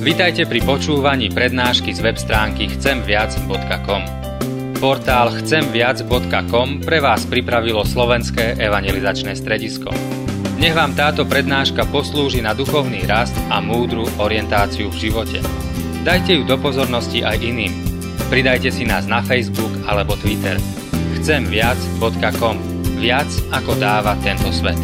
Vitajte pri počúvaní prednášky z web stránky chcemviac.com. Portál chcemviac.com pre vás pripravilo Slovenské evangelizačné stredisko. Nech vám táto prednáška poslúži na duchovný rast a múdru orientáciu v živote. Dajte ju do pozornosti aj iným. Pridajte si nás na Facebook alebo Twitter. chcemviac.com. Viac ako dáva tento svet.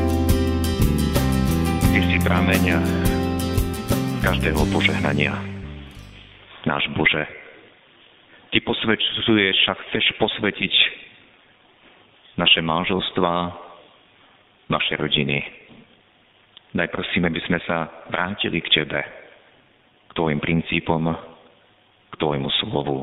Ty si prameň každého požehnania. Náš Bože, Ty posvečuješ a chceš posvetiť naše manželstvá, naše rodiny. Daj prosíme, aby sme sa vrátili k Tebe, k Tvojim princípom, k Tvojmu slovu.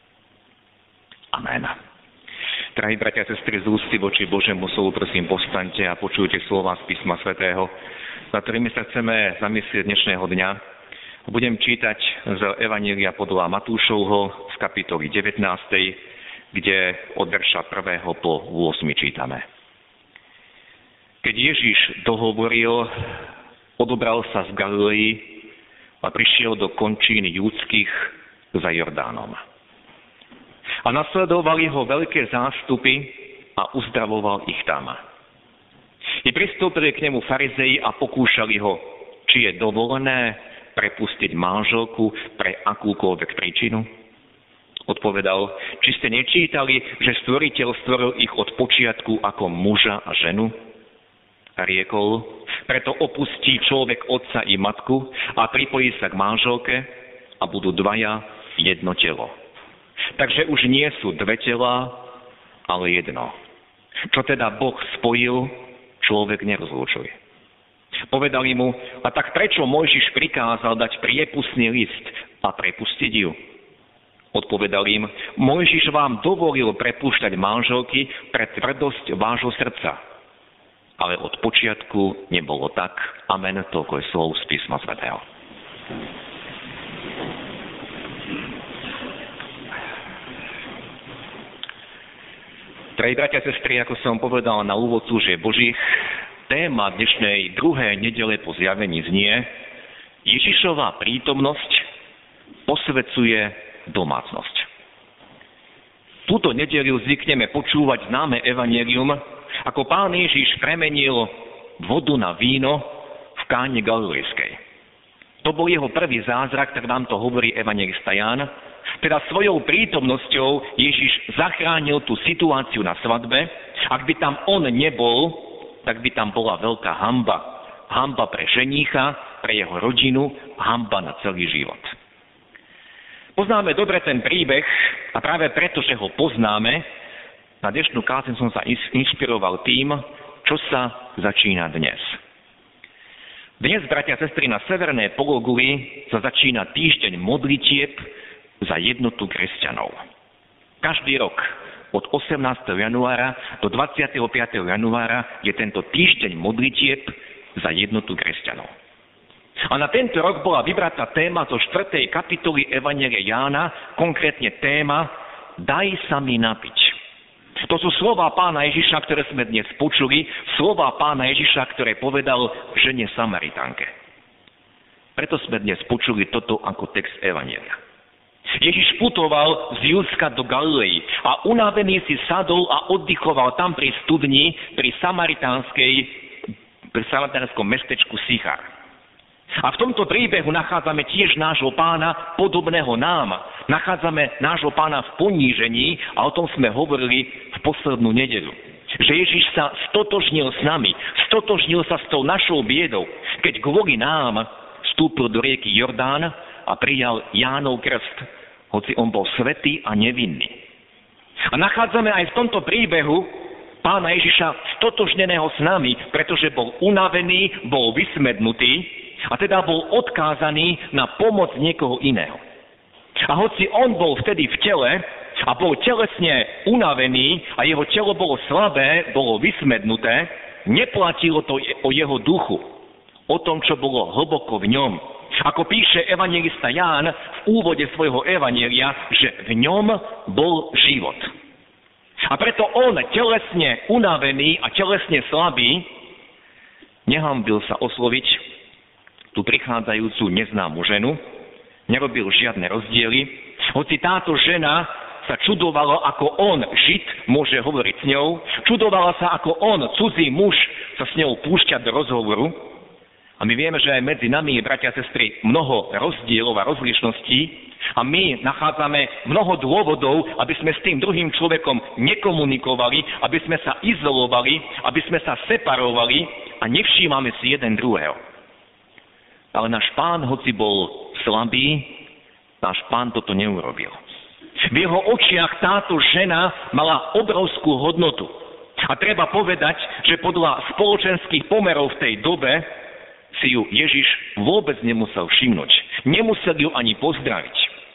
Amen. Drahí bratia a sestry, z úcty voči Božiemu slovu, prosím, povstaňte a počujte slova z písma svätého, na ktorými sa chceme zamyslieť dnešného dňa. Budem čítať z Evanjelia podľa Matúšovho z kapitoly 19, kde od verša 1. po 8 čítame. Keď Ježiš dohovoril, odobral sa z Galilei a prišiel do končín judských za Jordánom. A nasledovali ho veľké zástupy a uzdravoval ich tam. I pristúpili k nemu farizei a pokúšali ho, či je dovolené prepustiť manželku pre akúkoľvek príčinu. Odpovedal, či ste nečítali, že Stvoriteľ stvoril ich od počiatku ako muža a ženu? A riekol, preto opustí človek otca i matku a pripojí sa k manželke a budú dvaja jedno telo. Takže už nie sú dve tela, ale jedno. Čo teda Boh spojil, človek nerozlúčuje. Povedali mu, a tak prečo Mojžiš prikázal dať priepustný list a prepustiť ju? Odpovedal im, Mojžiš vám dovolil prepúšťať manželky pre tvrdosť vášho srdca. Ale od počiatku nebolo tak. Amen. Toľko je slov z písma svätého. Drahí bratia a sestry, ako som povedal na úvod služieb Božích, téma dnešnej druhej nedele po zjavení znie Ježišova prítomnosť posvedzuje domácnosť. Túto nedeľu zvykneme počúvať známe evanjelium, ako Pán Ježiš premenil vodu na víno v Káne Galilejskej. To bol jeho prvý zázrak, tak nám to hovorí evanjelista Ján. Teda svojou prítomnosťou Ježiš zachránil tú situáciu na svadbe. Ak by tam on nebol, tak by tam bola veľká hanba. Hanba pre ženícha, pre jeho rodinu, hanba na celý život. Poznáme dobre ten príbeh a práve preto, že ho poznáme, na dnešnú kázeň som sa inšpiroval tým, čo sa začína dnes. Dnes, bratia a sestry, na severnej pologuli sa začína týždeň modlitieb za jednotu kresťanov. Každý rok od 18. januára do 25. januára je tento týždeň modlitieb za jednotu kresťanov. A na tento rok bola vybratá téma zo 4. kapitoly Evanjelia Jána, konkrétne téma Daj sa mi napiť. To sú slová Pána Ježiša, ktoré sme dnes počuli, slová Pána Ježiša, ktoré povedal žene Samaritánke. Preto sme dnes počuli toto ako text Evanjelia. Ježiš putoval z Judska do Galilei a unavený si sadol a oddychoval tam pri studni, pri samaritánskom mestečku Sichar. A v tomto príbehu nachádzame tiež nášho Pána, podobného nám. Nachádzame nášho Pána v ponížení a o tom sme hovorili v poslednú nedeľu. Že Ježiš sa stotožnil s nami, stotožnil sa s tou našou biedou, keď kvôli nám vstúpil do rieky Jordán a prijal Jánov krst, hoci on bol svätý a nevinný. A nachádzame aj v tomto príbehu Pána Ježiša stotožneného s nami, pretože bol unavený, bol vysmednutý a teda bol odkázaný na pomoc niekoho iného. A hoci on bol vtedy v tele a bol telesne unavený a jeho telo bolo slabé, bolo vysmednuté, neplatilo to o jeho duchu, o tom, čo bolo hlboko v ňom. Ako píše evanjelista Ján v úvode svojho evanjelia, že v ňom bol život. A preto on, telesne unavený a telesne slabý, nehanbil sa osloviť tú prichádzajúcu neznámu ženu, nerobil žiadne rozdiely, hoci táto žena sa čudovala, ako on, Žid, môže hovoriť s ňou, čudovala sa, ako on, cudzí muž, sa s ňou púšťa do rozhovoru. A my vieme, že aj medzi nami, bratia a sestry, mnoho rozdielov a rozlišností a my nachádzame mnoho dôvodov, aby sme s tým druhým človekom nekomunikovali, aby sme sa izolovali, aby sme sa separovali a nevšímame si jeden druhého. Ale náš Pán, hoci bol slabý, náš Pán toto neurobil. V jeho očiach táto žena mala obrovskú hodnotu. A treba povedať, že podľa spoločenských pomerov v tej dobe si ju Ježiš vôbec nemusel všimnúť. Nemusel ju ani pozdraviť.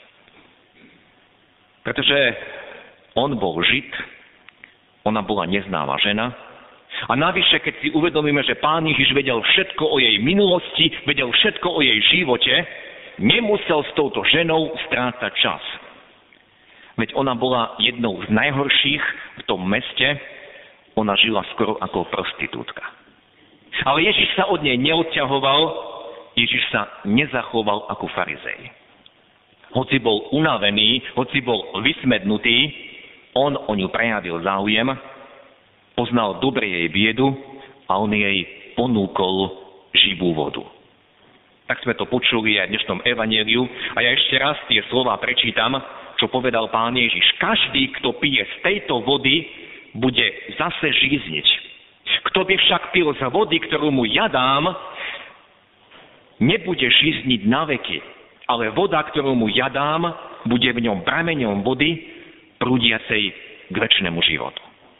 Pretože on bol Žid, ona bola neznáma žena. A navyše, keď si uvedomíme, že Pán Ježiš vedel všetko o jej minulosti, vedel všetko o jej živote, nemusel s touto ženou strácať čas. Veď ona bola jednou z najhorších v tom meste, ona žila skoro ako prostitútka. Ale Ježiš sa od nej neodťahoval, Ježiš sa nezachoval ako farizej. Hoci bol unavený, hoci bol vysmednutý, on o ňu prejavil záujem, poznal dobre jej biedu a on jej ponúkol živú vodu. Tak sme to počuli aj v dnešnom evanjeliu a ja ešte raz tie slová prečítam, čo povedal Pán Ježiš. Každý, kto pije z tejto vody, bude zase žízniť. Kto by však pil z vody, ktorú mu ja dám, nebude žízniť na veky, ale voda, ktorú mu ja dám, bude v ňom prameňom vody, prúdiacej k večnému životu.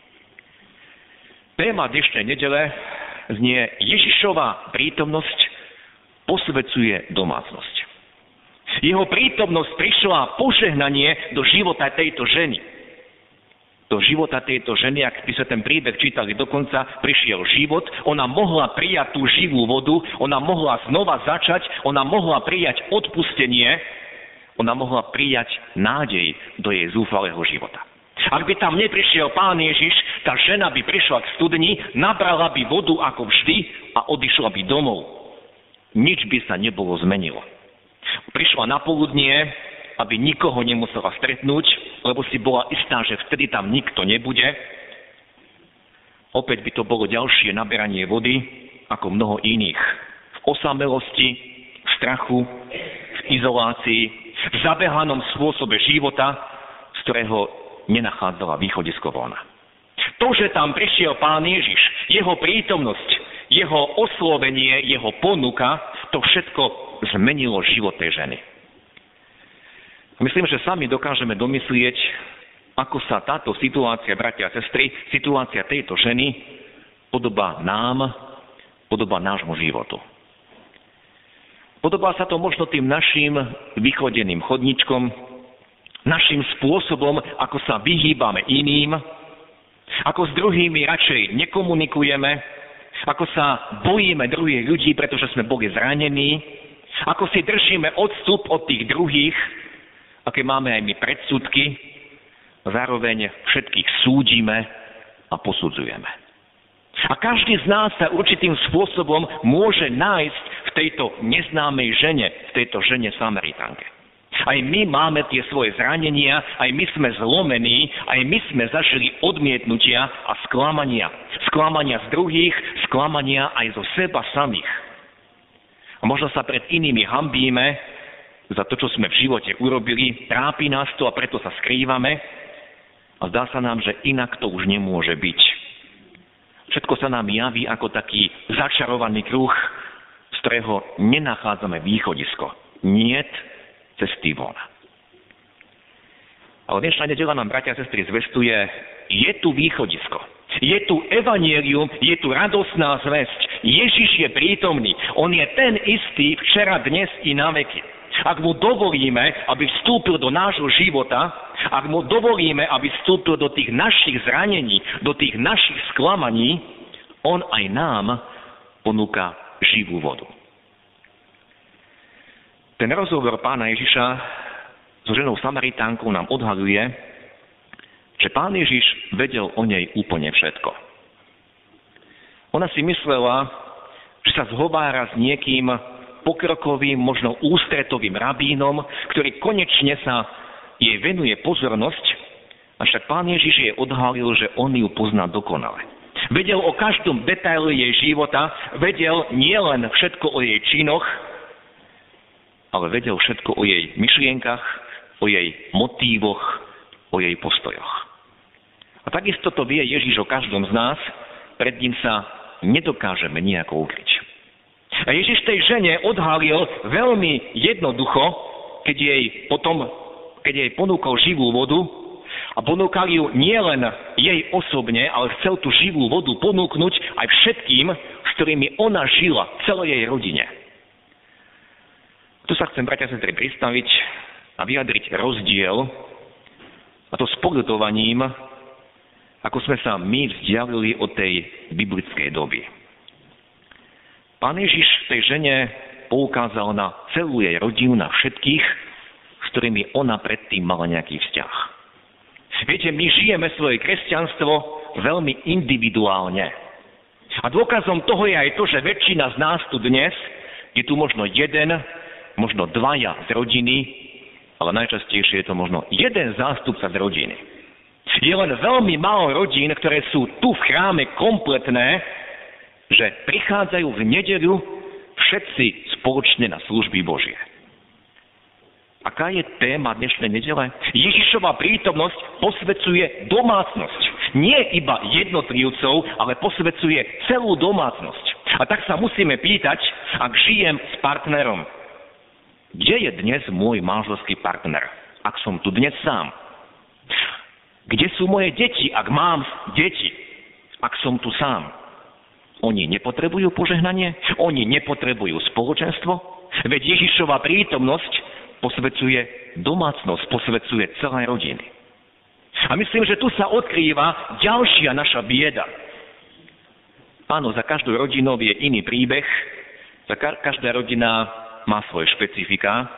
Téma dnešnej nedele znie Ježišova prítomnosť posvedzuje domácnosť. Jeho prítomnosť prišla požehnanie do života tejto ženy. Do života tejto ženy, ak by sa ten príbeh čítali dokonca, prišiel život, ona mohla prijať tú živú vodu, ona mohla znova začať, ona mohla prijať odpustenie, ona mohla prijať nádej do jej zúfalého života. Ak by tam neprišiel Pán Ježiš, tá žena by prišla k studni, nabrala by vodu ako vždy a odišla by domov. Nič by sa nebolo zmenilo. Prišla na poludnie, aby nikoho nemusela stretnúť, lebo si bola istá, že vtedy tam nikto nebude. Opäť by to bolo ďalšie naberanie vody, ako mnoho iných. V osamelosti, v strachu, v izolácii, v zabehanom spôsobe života, z ktorého nenachádzala východisko von. To, že tam prišiel Pán Ježiš, jeho prítomnosť, jeho oslovenie, jeho ponuka, to všetko zmenilo život tej ženy. Myslím, že sami dokážeme domyslieť, ako sa táto situácia, bratia a sestry, situácia tejto ženy podobá nám, podobá nášmu životu. Podobá sa to možno tým našim vychodeným chodničkom, našim spôsobom, ako sa vyhýbame iným, ako s druhými radšej nekomunikujeme, ako sa bojíme druhých ľudí, pretože sme boli zranení, ako si držíme odstup od tých druhých, aké máme aj my predsudky, zároveň všetkých súdime a posudzujeme. A každý z nás sa určitým spôsobom môže nájsť v tejto neznámej žene, v tejto žene Samaritánke. Aj my máme tie svoje zranenia, aj my sme zlomení, aj my sme zažili odmietnutia a sklamania. Sklamania z druhých, sklamania aj zo seba samých. A možno sa pred inými hanbíme za to, čo sme v živote urobili, trápi nás to a preto sa skrývame a zdá sa nám, že inak to už nemôže byť. Všetko sa nám javí ako taký začarovaný kruh, z ktorého nenachádzame východisko. Niet cesty von. Ale dnešná nedeľa nám, bratia a sestry, zvestuje, je tu východisko. Je tu evanjelium, je tu radosná zvesť. Ježiš je prítomný. On je ten istý včera, dnes i na veky. Ak mu dovolíme, aby vstúpil do nášho života, ak mu dovolíme, aby vstúpil do tých našich zranení, do tých našich sklamaní, on aj nám ponúka živú vodu. Ten rozhovor Pána Ježiša so ženou Samaritánkou nám odhaľuje, že Pán Ježiš vedel o nej úplne všetko. Ona si myslela, že sa zhovára s niekým, pokrokovým, možno ústretovým rabínom, ktorý konečne sa jej venuje pozornosť, avšak Pán Ježiš jej odhalil, že on ju pozná dokonale. Vedel o každom detaile jej života, vedel nielen všetko o jej činoch, ale vedel všetko o jej myšlienkach, o jej motívoch, o jej postojoch. A takisto to vie Ježiš o každom z nás, pred ním sa nedokážeme nejako ukryť. A Ježiš tej žene odhalil veľmi jednoducho, keď jej ponúkol živú vodu, a ponúkal ju nielen jej osobne, ale chcel tú živú vodu ponúknuť aj všetkým, s ktorými ona žila, celej jej rodine. Tu sa chcem, bratia a sestry, pristaviť a vyjadriť rozdiel, a to s poľutovaním, ako sme sa my vzdialili od tej biblickej doby. Pán Ježiš tej žene poukázal na celú jej rodinu, na všetkých, s ktorými ona predtým mala nejaký vzťah. Viete, my žijeme svoje kresťanstvo veľmi individuálne. A dôkazom toho je aj to, že väčšina z nás tu dnes, je tu možno jeden, možno dvaja z rodiny, ale najčastejšie je to možno jeden zástupca z rodiny. Je len veľmi málo rodín, ktoré sú tu v chráme kompletné, že prichádzajú v nedeľu všetci spoločne na služby Božie. Aká je téma dnešnej nedele? Ježišova prítomnosť posvedzuje domácnosť. Nie iba jednotlivcov, ale posvedzuje celú domácnosť. A tak sa musíme pýtať, ak žijem s partnerom, kde je dnes môj manželský partner, ak som tu dnes sám? Kde sú moje deti, ak mám deti, ak som tu sám? Oni nepotrebujú požehnanie? Oni nepotrebujú spoločenstvo? Veď Ježišova prítomnosť posvedzuje domácnosť, posvedzuje celé rodiny. A myslím, že tu sa odkrýva ďalšia naša bieda. Áno, za každou rodinou je iný príbeh, každá rodina má svoje špecifika,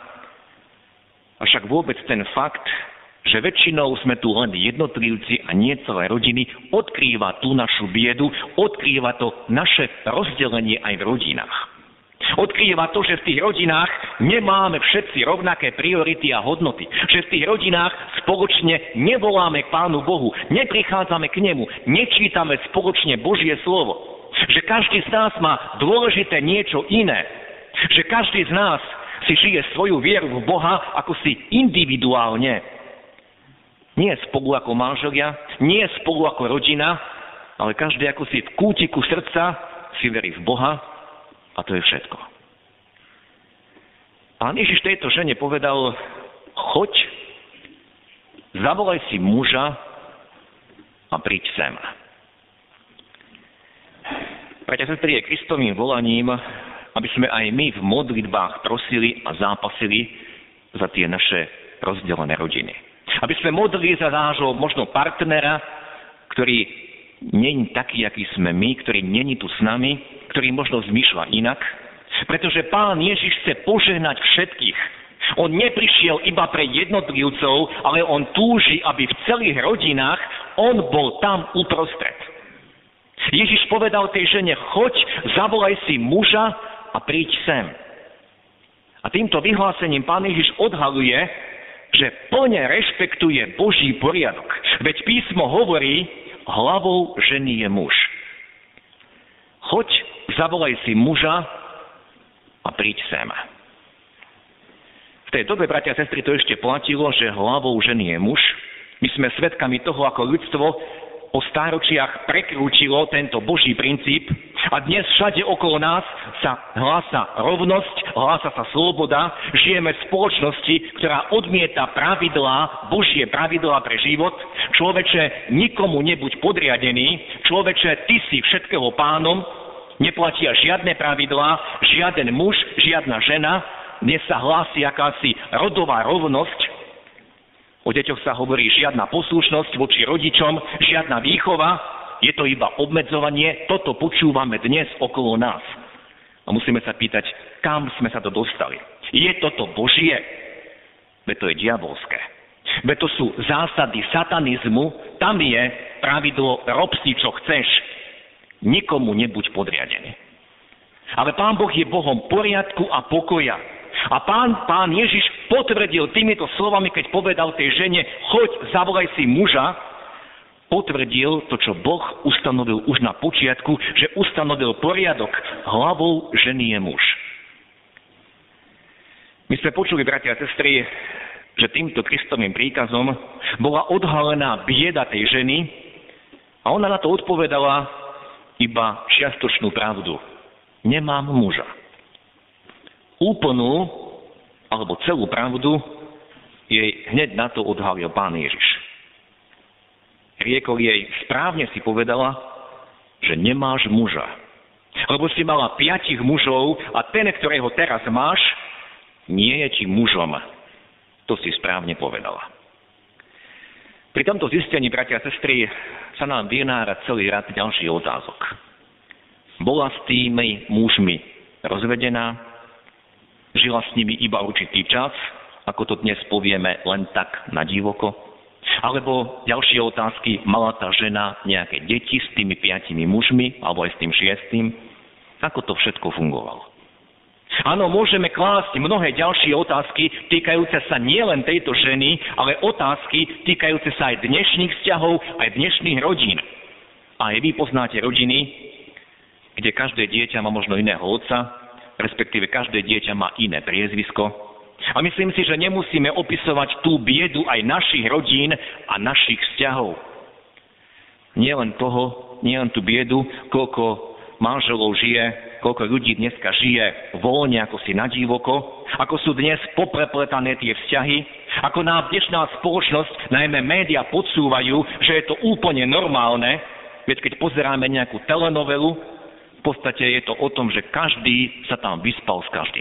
avšak vôbec ten fakt, že väčšinou sme tu len jednotlivci a nie celé rodiny, odkrýva tú našu biedu, odkrýva to naše rozdelenie aj v rodinách. Odkrýva to, že v tých rodinách nemáme všetci rovnaké priority a hodnoty. Že v tých rodinách spoločne nevoláme k Pánu Bohu, neprichádzame k Nemu, nečítame spoločne Božie slovo. Že každý z nás má dôležité niečo iné. Že každý z nás si žije svoju vieru v Boha ako si individuálne. Nie spolu ako manželia, nie spolu ako rodina, ale každý ako si v kútiku srdca si verí v Boha. A to je všetko. Pán Ježiš tejto žene povedal, choď, zavolaj si muža a príď sem. Bratia a sestry, je Kristovým volaním, aby sme aj my v modlitbách prosili a zápasili za tie naše rozdelené rodiny. Aby sme modlili za nášho možno partnera, ktorý nie je taký, aký sme my, ktorý nie je tu s nami, ktorý možno zmýšľa inak, pretože Pán Ježiš chce požehnať všetkých. On neprišiel iba pre jednotlivcov, ale on túži, aby v celých rodinách on bol tam uprostred. Ježiš povedal tej žene, choď, zavolaj si muža a príď sem. A týmto vyhlásením Pán Ježiš odhaluje, že plne rešpektuje Boží poriadok. Veď písmo hovorí, hlavou ženy je muž. Choď, zavolaj si muža a príď sem. V tej dobe, bratia a sestry, to ešte platilo, že hlavou ženy je muž. My sme svedkami toho, ako ľudstvo po stáročiach prekrútilo tento Boží princíp a dnes všade okolo nás sa hlása rovnosť, hlása sa sloboda, žijeme v spoločnosti, ktorá odmieta pravidlá, Božie pravidlá pre život. Človeče, nikomu nebuď podriadený, človeče, ty si všetkého pánom, neplatia žiadne pravidlá, žiaden muž, žiadna žena, dnes sa hlási akási rodová rovnosť. O deťoch sa hovorí žiadna poslušnosť voči rodičom, žiadna výchova, je to iba obmedzovanie, toto počúvame dnes okolo nás. A musíme sa pýtať, kam sme sa to dostali. Je toto Božie? Veď to je diabolské. Veď to sú zásady satanizmu, tam je pravidlo rob si, čo chceš. Nikomu nebuď podriadený. Ale Pán Boh je Bohom poriadku a pokoja. A Pán Ježiš potvrdil týmito slovami, keď povedal tej žene, choď, zavolaj si muža, potvrdil to, čo Boh ustanovil už na počiatku, že ustanovil poriadok. Hlavou ženy je muž. My sme počuli, bratia a sestry, že týmto Kristovým príkazom bola odhalená bieda tej ženy a ona na to odpovedala iba čiastočnú pravdu. Nemám muža. Úplnú alebo celú pravdu jej hneď na to odhalil Pán Ježiš. Riekol jej, správne si povedala, že nemáš muža. Lebo si mala 5 mužov a ten, ktorého teraz máš, nie je ti mužom. To si správne povedala. Pri tomto zistení, bratia a sestry, sa nám vynára celý rad ďalších otázok. Bola s tými mužmi rozvedená, žila s nimi iba určitý čas, ako to dnes povieme len tak na divoko. Alebo ďalšie otázky, mala tá žena nejaké deti s tými 5 mužmi, alebo aj s tým 6. Ako to všetko fungovalo? Áno, môžeme klásť mnohé ďalšie otázky, týkajúce sa nielen tejto ženy, ale otázky týkajúce sa aj dnešných vzťahov, aj dnešných rodín. A aj vy poznáte rodiny, kde každé dieťa má možno iného otca, respektíve každé dieťa má iné priezvisko. A myslím si, že nemusíme opisovať tú biedu aj našich rodín a našich vzťahov. Nielen tú biedu, koľko manželov žije, koľko ľudí dneska žije voľne, ako si na divoko, ako sú dnes poprepletané tie vzťahy, ako nám dnešná spoločnosť, najmä médiá, podsúvajú, že je to úplne normálne, veď keď pozeráme nejakú telenovelu, v podstate je to o tom, že každý sa tam vyspal s každým.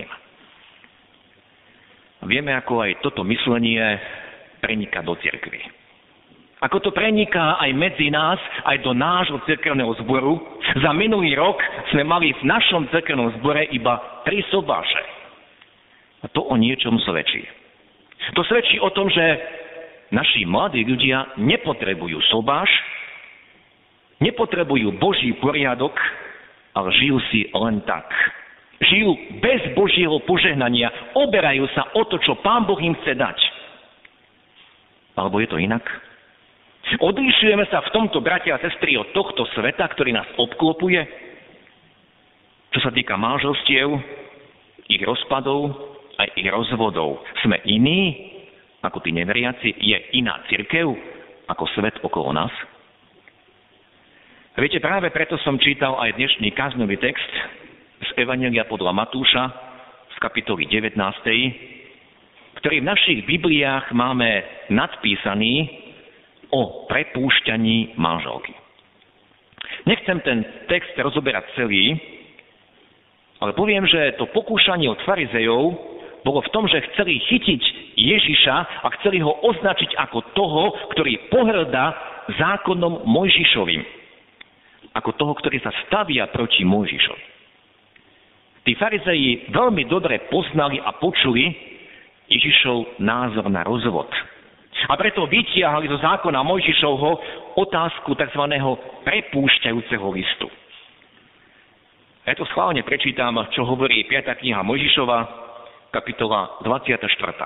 Vieme, ako aj toto myslenie preniká do cirkvi. Ako to preniká aj medzi nás, aj do nášho cirkevného zboru. Za minulý rok sme mali v našom cirkevnom zbore iba 3 sobáše. A to o niečom svedčí. To svedčí o tom, že naši mladí ľudia nepotrebujú sobáš, nepotrebujú Boží poriadok, ale žijú si len tak. Žijú bez Božieho požehnania, oberajú sa o to, čo Pán Boh im chce dať. Alebo je to inak? Odlišujeme sa v tomto, bratia a sestry, od tohto sveta, ktorý nás obklopuje? Čo sa týka manželstiev, ich rozpadov, aj ich rozvodov. Sme iní ako tí neveriaci? Je iná cirkev ako svet okolo nás? Viete, práve preto som čítal aj dnešný kázňový text z Evanjelia podľa Matúša z kapitoly 19, ktorý v našich Bibliách máme nadpísaný o prepúšťaní manželky. Nechcem ten text rozoberať celý, ale poviem, že to pokúšanie od farizejov bolo v tom, že chceli chytiť Ježiša a chceli ho označiť ako toho, ktorý pohŕda zákonom Mojžišovým. Ako toho, ktorý sa stavia proti Mojžišovi. Tí farizeji veľmi dobre poznali a počuli Ježišov názor na rozvod. A preto vytiahli zo zákona Mojžišovho otázku tzv. Prepúšťajúceho listu. Ja to schválne prečítam, čo hovorí 5. kniha Mojžišova, kapitola 24.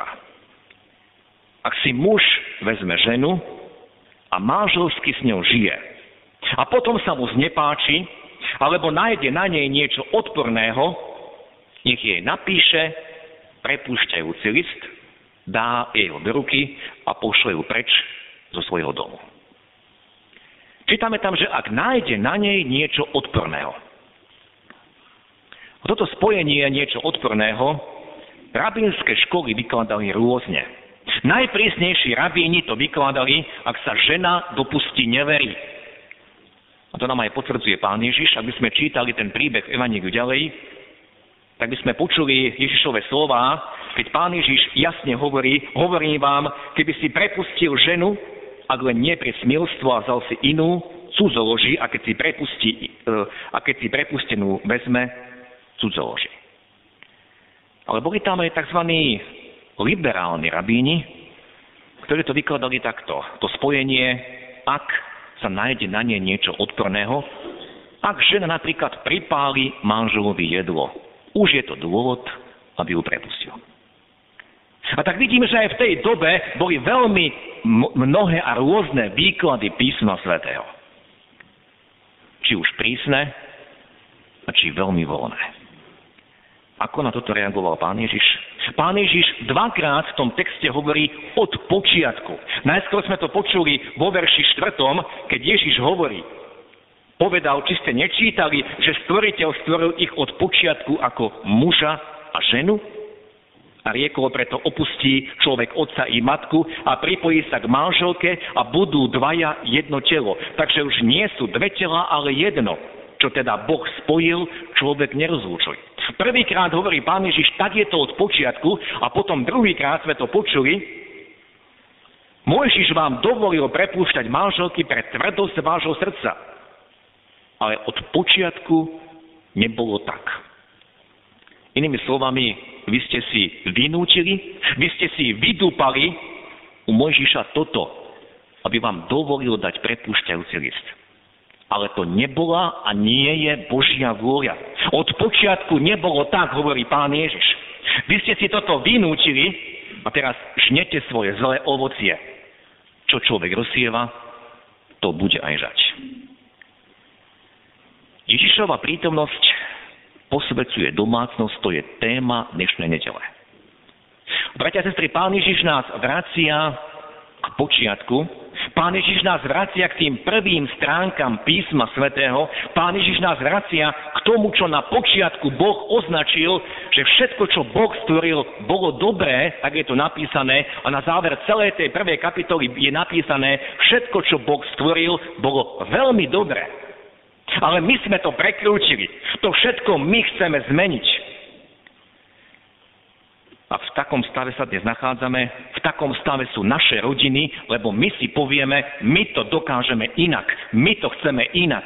Ak si muž vezme ženu a manželsky s ňou žije, a potom sa mu znepáči, alebo nájde na nej niečo odporného, nech jej napíše prepúšťajúci list, dá jej ho do ruky a pošle ju preč zo svojho domu. Čítame tam, že ak nájde na nej niečo odporného. Toto spojenie niečo odporného rabínske školy vykladali rôzne. Najprísnejší rabíni to vykladali, ak sa žena dopustí neverí. A to nám aj potvrdzuje Pán Ježiš. Ak by sme čítali ten príbeh v Evanjeliu ďalej, tak by sme počuli Ježišove slová, keď Pán Ježiš jasne hovorím vám, keby si prepustil ženu, ak len nie pre smilstvo a vzal si inú, cudzoloží, a keď si prepustenú vezme, cudzoloží. Ale boli tam aj tzv. Liberálni rabíni, ktorí to vykladali takto. To spojenie, ak sa nájde na nej niečo odporného, Ak žena napríklad pripáli manželovi jedlo, už je to dôvod, aby ju prepustil. A tak vidíme, že aj v tej dobe boli veľmi mnohé a rôzne výklady písma svätého. Či už prísne, a či veľmi voľné. Ako na toto reagoval Pán Ježiš? Pán Ježiš dvakrát v tom texte hovorí od počiatku. Najskôr sme to počuli vo verši 4, keď Ježiš hovorí, povedal, či ste nečítali, že Stvoriteľ stvoril ich od počiatku ako muža a ženu? A riekol, preto opustí človek otca i matku a pripojí sa k manželke a budú dvaja jedno telo. Takže už nie sú dve tela, ale jedno. Čo teda Boh spojil, človek nerozlúčuje. Prvýkrát hovorí Pán Ježiš, tak je to od počiatku, a potom druhýkrát sme to počuli, Mojžiš vám dovolil prepúšťať manželky pre tvrdosť vášho srdca. Ale od počiatku nebolo tak. Inými slovami, vy ste si vynútili, vy ste si vydúpali u Mojžiša toto, aby vám dovolil dať prepúšťajúci list. Ale to nebola a nie je Božia vôľa. Od počiatku nebolo tak, hovorí Pán Ježiš. Vy ste si toto vynútili a teraz žnete svoje zlé ovocie. Čo človek rozsieva, to bude aj žať. Ježišova prítomnosť posvedzuje domácnosť, to je téma dnešnej nedele. Bratia a sestry, Pán Ježiš nás vracia k počiatku. Pán Ježiš nás vracia k tým prvým stránkam písma svätého. Pán Ježiš nás vracia k tomu, čo na počiatku Boh označil, že všetko, čo Boh stvoril, bolo dobré, tak je to napísané. A na záver celej tej prvej kapitoly je napísané, všetko, čo Boh stvoril, bolo veľmi dobré. Ale my sme to prekrúčili. To všetko my chceme zmeniť. A v takom stave sa dnes nachádzame, v takom stave sú naše rodiny, lebo my si povieme, my to dokážeme inak, my to chceme inak.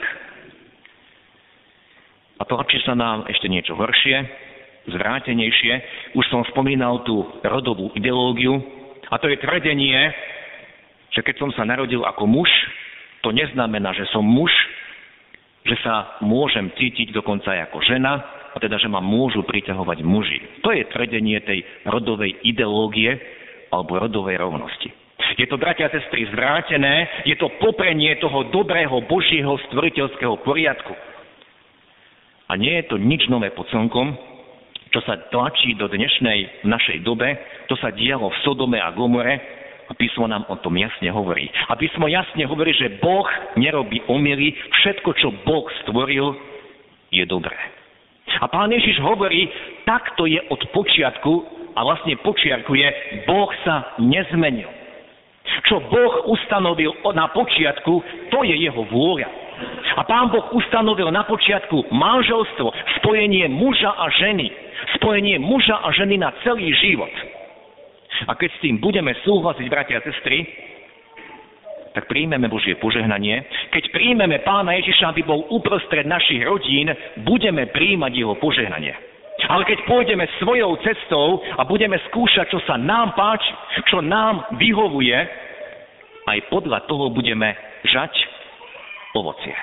A tlačí sa nám ešte niečo horšie, zvrátenejšie. Už som spomínal tú rodovú ideológiu, a to je tvrdenie, že keď som sa narodil ako muž, to neznamená, že som muž, že sa môžem cítiť dokonca aj ako žena, a teda, že ma môžu priťahovať muži. To je tvrdenie tej rodovej ideológie alebo rodovej rovnosti. Je to, bratia a sestry, zvrátené, je to poprenie toho dobrého Božieho stvoriteľského poriadku. A nie je to nič nové pod slnkom, čo sa tlačí do dnešnej našej dobe, to sa dialo v Sodome a Gomore, a písmo nám o tom jasne hovorí. A písmo jasne hovorí, že Boh nerobí omyly, všetko, čo Boh stvoril, je dobré. A Pán Ježiš hovorí, takto je od počiatku a vlastne počiarkuje, Boh sa nezmenil. Čo Boh ustanovil na počiatku, to je jeho vôľa. A Pán Boh ustanovil na počiatku manželstvo, spojenie muža a ženy. Spojenie muža a ženy na celý život. A keď s tým budeme súhlasiť, bratia a sestry, tak príjmeme Božie požehnanie. Keď príjmeme Pána Ježiša, aby bol uprostred našich rodín, budeme príjmať jeho požehnanie. Ale keď pôjdeme svojou cestou a budeme skúšať, čo sa nám páči, čo nám vyhovuje, aj podľa toho budeme žať ovocie.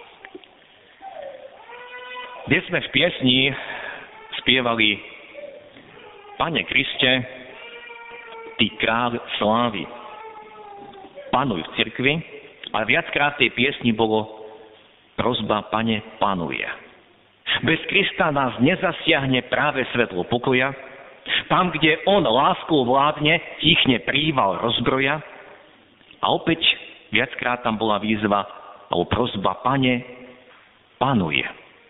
Dnes sme v piesni spievali Pane Kriste, Ty kráľ slávy, panuj v cirkvi, a viackrát v tej piesni bolo prosba Pane, panuj. Bez Krista nás nezasiahne práve svetlo pokoja. Tam, kde on láskou vládne, tichne príval rozbroja. A opäť viackrát tam bola výzva alebo prosba Pane, panuj.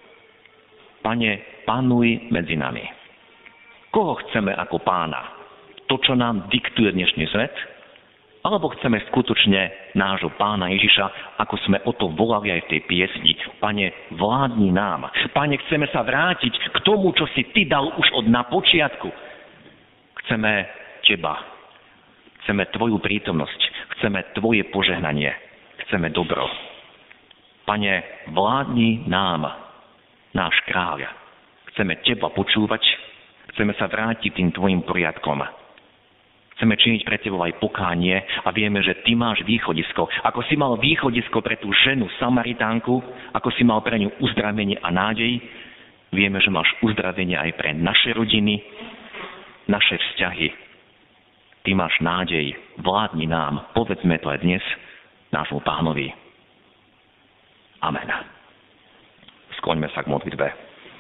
Pane, panuj medzi nami. Koho chceme ako pána? To, čo nám diktuje dnešný svet? Alebo chceme skutočne nášho Pána Ježiša, ako sme o to volali aj v tej piesni. Pane, vládni nám. Pane, chceme sa vrátiť k tomu, čo si Ty dal už od na počiatku. Chceme Teba. Chceme Tvoju prítomnosť. Chceme Tvoje požehnanie. Chceme dobro. Pane, vládni nám, náš kráľ. Chceme Teba počúvať. Chceme sa vrátiť tým Tvojim poriadkom. Chceme činiť pre Tebou aj pokánie a vieme, že Ty máš východisko. Ako si mal východisko pre tú ženu Samaritánku, ako si mal pre ňu uzdravenie a nádej, vieme, že máš uzdravenie aj pre naše rodiny, naše vzťahy. Ty máš nádej, vládni nám, povedzme to aj dnes nášmu Pánovi. Amen. Skloňme sa k modlitbe.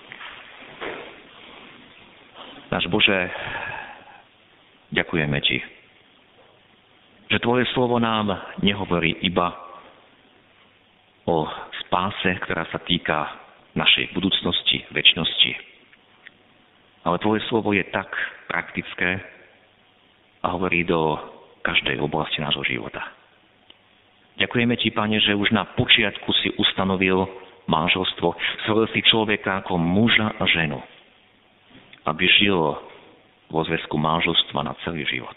Náš Bože, ďakujeme Ti, že Tvoje slovo nám nehovorí iba o spáse, ktorá sa týka našej budúcnosti, večnosti. Ale Tvoje slovo je tak praktické a hovorí do každej oblasti nášho života. Ďakujeme Ti, Pane, že už na počiatku si ustanovil manželstvo, stvoril si človeka ako muža a ženu, aby žil vo zväzku manželstva na celý život.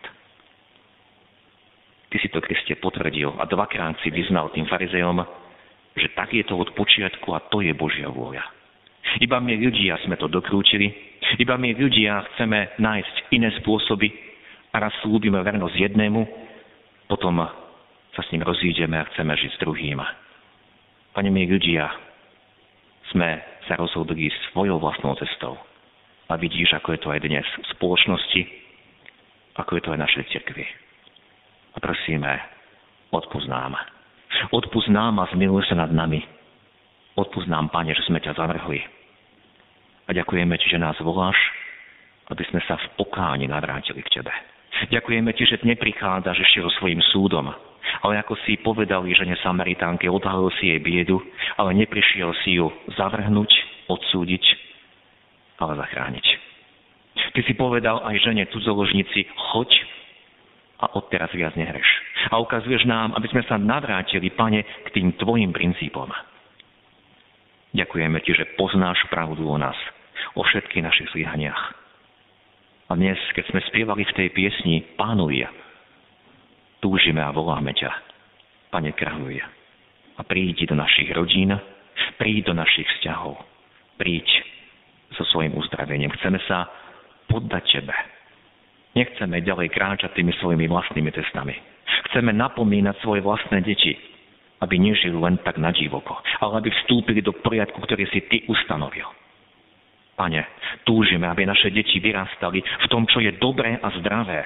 Ty si to, Kriste, potvrdil a dvakrát si vyznal tým farizejom, že tak je to od počiatku a to je Božia vôľa. Iba my ľudia sme to dokrútili, iba my ľudia chceme nájsť iné spôsoby a raz slúbime vernosť jednému, potom sa s ním rozídeme a chceme žiť s druhým. Pane, my ľudia sme sa rozhodli svojou vlastnou cestou. A vidíš, ako je to aj dnes v spoločnosti, ako je to aj v našej cirkvi. A prosíme, odpusť nám. Odpusť nám a zmiluj sa nad nami. Odpusť nám, Pane, že sme ťa zavrhli. A ďakujeme Ti, že nás voláš, aby sme sa v pokáni navrátili k Tebe. Ďakujeme Ti, že neprichádzaš ešte so svojím súdom, ale ako si povedali žene Samaritánke, odhalil si jej biedu, ale neprišiel si ju zavrhnúť, odsúdiť, ale zachrániť. Ty si povedal aj žene cudzoložnici, choď a odteraz viac nehreš. A ukazuješ nám, aby sme sa navrátili, Pane, k tým Tvojim princípom. Ďakujeme Ti, že poznáš pravdu o nás, o všetkých našich zlyhaniach. A dnes, keď sme spievali v tej piesni Pánuj, túžime a voláme ťa. Pane, kráľuj. A príď do našich rodín, príď do našich vzťahov. Príď so svojím uzdravením. Chceme sa poddať Tebe. Nechceme ďalej kráčať tými svojimi vlastnými cestami. Chceme napomínať svoje vlastné deti, aby nežili len tak na divoko, ale aby vstúpili do poriadku, ktorý si Ty ustanovil. Pane, túžime, aby naše deti vyrastali v tom, čo je dobré a zdravé.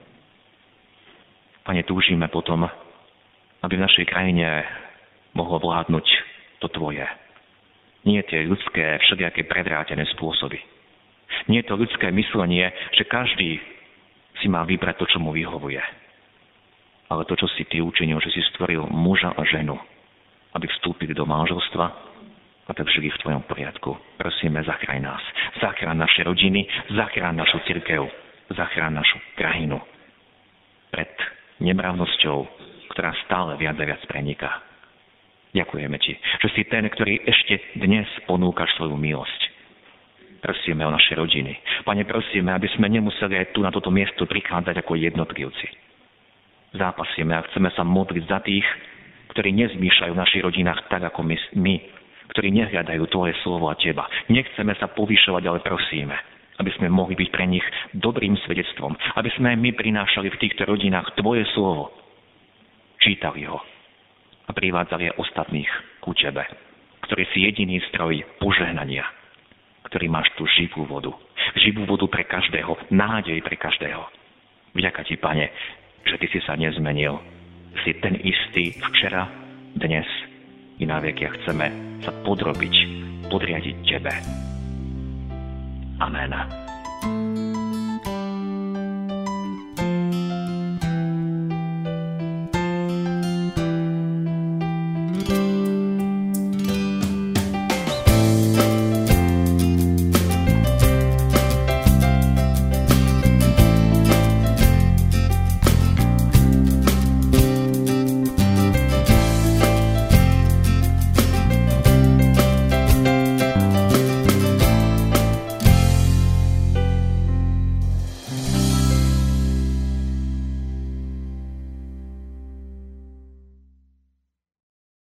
Pane, túžime potom, aby v našej krajine mohlo vládnuť to Tvoje. Nie tie ľudské, všelijaké prevrátené spôsoby. Nie to ľudské myslenie, že každý si má vybrať to, čo mu vyhovuje. Ale to, čo si Ty učinil, že si stvoril muža a ženu, aby vstúpili do manželstva a tak žili v Tvojom poriadku. Prosíme, zachráň nás. Zachráň naše rodiny, zachráň našu cirkev, zachráň našu krajinu pred nemravnosťou, ktorá stále viac a viac preniká. Ďakujeme Ti, že si ten, ktorý ešte dnes ponúkaš svoju milosť. Prosíme o naše rodiny. Pane, prosíme, aby sme nemuseli aj tu na toto miesto prichádzať ako jednotlivci. Zápasíme a chceme sa modliť za tých, ktorí nezmýšľajú v našich rodinách tak, ako my, ktorí nehľadajú Tvoje slovo a Teba. Nechceme sa povýšovať, ale prosíme, aby sme mohli byť pre nich dobrým svedectvom, aby sme aj my prinášali v týchto rodinách Tvoje slovo, čítali ho a privádzali aj ostatných ku Tebe, ktorý si jediný stroj požehnania, ktorý máš tú živú vodu pre každého, nádej pre každého. Vďaka Ti, Pane, že Ty si sa nezmenil. Si ten istý včera, dnes i na veky a chceme sa podriadiť Tebe. Amen.